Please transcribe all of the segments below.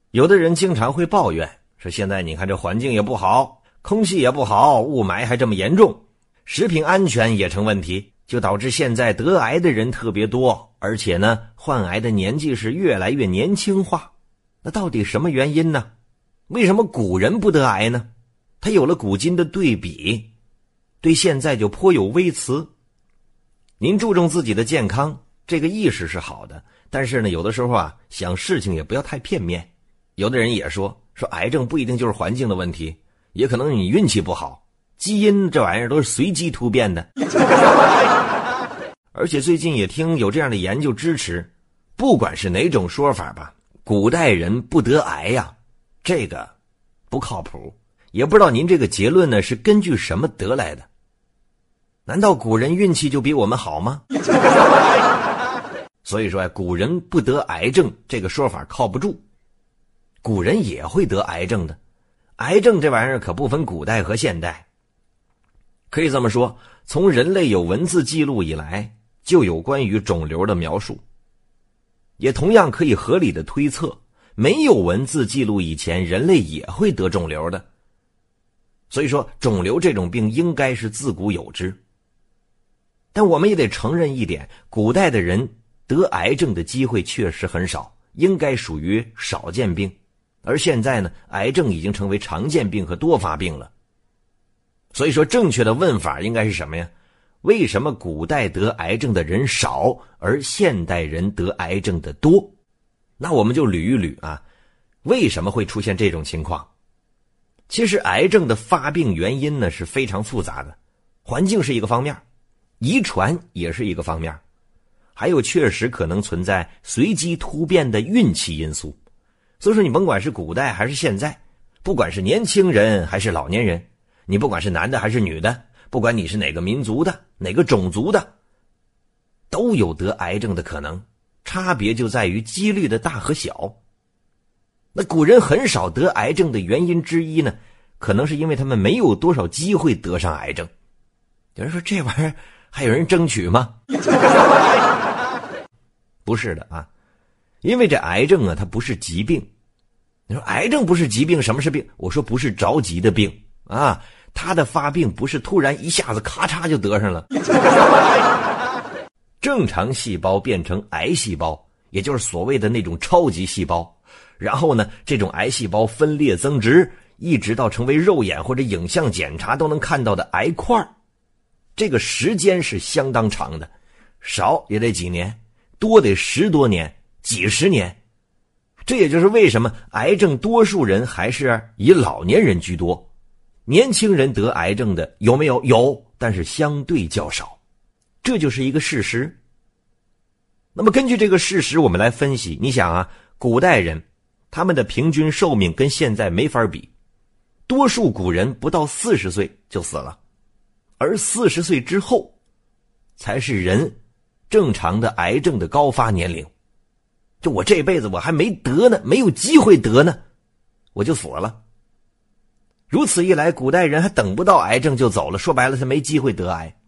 有的人经常会抱怨，说现在你看这环境也不好，空气也不好，雾霾还这么严重，食品安全也成问题，就导致现在得癌的人特别多，而且呢，患癌的年纪是越来越年轻化。那到底什么原因呢？为什么古人不得癌呢？他有了古今的对比，对现在就颇有微词。您注重自己的健康，这个意识是好的，但是呢，有的时候啊，想事情也不要太片面。有的人也说癌症不一定就是环境的问题，也可能你运气不好，基因这玩意儿都是随机突变的。而且最近也听有这样的研究支持，不管是哪种说法吧，古代人不得癌呀，这个不靠谱。也不知道您这个结论呢是根据什么得来的？难道古人运气就比我们好吗？所以说古人不得癌症这个说法靠不住，古人也会得癌症的。癌症这玩意儿可不分古代和现代。可以这么说，从人类有文字记录以来，就有关于肿瘤的描述。也同样可以合理的推测，没有文字记录以前，人类也会得肿瘤的。所以说肿瘤这种病应该是自古有之。但我们也得承认一点，古代的人得癌症的机会确实很少，应该属于少见病。而现在呢，癌症已经成为常见病和多发病了。所以说正确的问法应该是什么呀？为什么古代得癌症的人少，而现代人得癌症的多？那我们就捋一捋啊，为什么会出现这种情况？其实癌症的发病原因呢是非常复杂的，环境是一个方面，遗传也是一个方面，还有确实可能存在随机突变的运气因素。所以说你甭管是古代还是现在，不管是年轻人还是老年人，你不管是男的还是女的，不管你是哪个民族的哪个种族的，都有得癌症的可能，差别就在于几率的大和小。那古人很少得癌症的原因之一呢，可能是因为他们没有多少机会得上癌症。有人说这玩意儿还有人争取吗？不是的啊，因为这癌症啊，它不是疾病。你说癌症不是疾病，什么是病？我说不是着急的病啊，它的发病不是突然一下子咔嚓就得上了。正常细胞变成癌细胞，也就是所谓的那种超级细胞，然后呢，这种癌细胞分裂增殖，一直到成为肉眼或者影像检查都能看到的癌块，这个时间是相当长的，少也得几年，多得10多年、几十年。这也就是为什么癌症多数人还是以老年人居多，年轻人得癌症的有没有？有，但是相对较少，这就是一个事实。那么根据这个事实我们来分析，你想啊，古代人他们的平均寿命跟现在没法比，多数古人不到40岁就死了，而40岁之后才是人正常的癌症的高发年龄。就我这辈子我还没得呢，没有机会得呢，我就死了。如此一来，古代人还等不到癌症就走了，说白了他没机会得癌。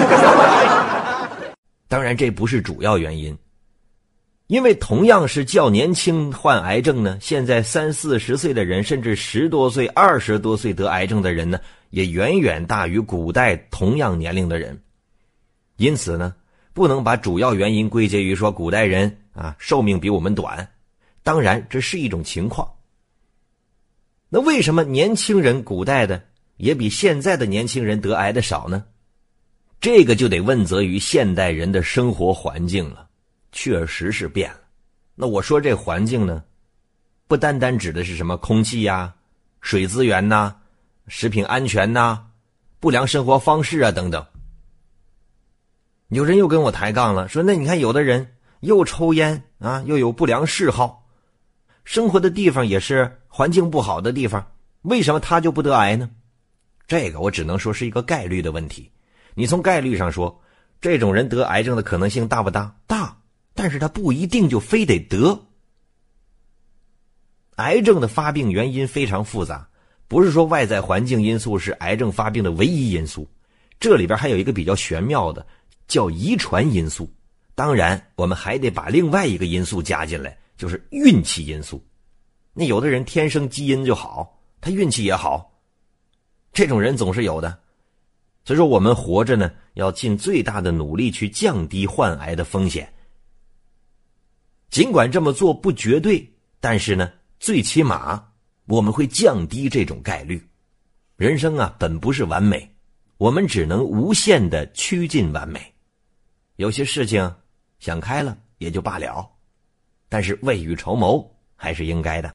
当然这不是主要原因，因为同样是较年轻患癌症呢，现在30、40岁的人，甚至10多岁、20多岁得癌症的人呢，也远远大于古代同样年龄的人。因此呢，不能把主要原因归结于说古代人啊寿命比我们短，当然这是一种情况。那为什么年轻人古代的也比现在的年轻人得癌的少呢？这个就得问责于现代人的生活环境了，确实是变了。那我说这环境呢，不单单指的是什么空气呀、水资源呐、食品安全呐、不良生活方式啊等等。有人又跟我抬杠了，说那你看有的人又抽烟啊，又有不良嗜好，生活的地方也是环境不好的地方，为什么他就不得癌呢？这个我只能说是一个概率的问题。你从概率上说，这种人得癌症的可能性大不大？大，但是他不一定就非得得。癌症的发病原因非常复杂，不是说外在环境因素是癌症发病的唯一因素，这里边还有一个比较玄妙的，叫遗传因素。当然我们还得把另外一个因素加进来，就是运气因素。 那有的人天生基因就好，他运气也好，这种人总是有的。所以说我们活着呢，要尽最大的努力去降低患癌的风险。尽管这么做不绝对，但是呢，最起码我们会降低这种概率。人生啊，本不是完美，我们只能无限的趋近完美。有些事情想开了也就罢了，但是未雨绸缪还是应该的。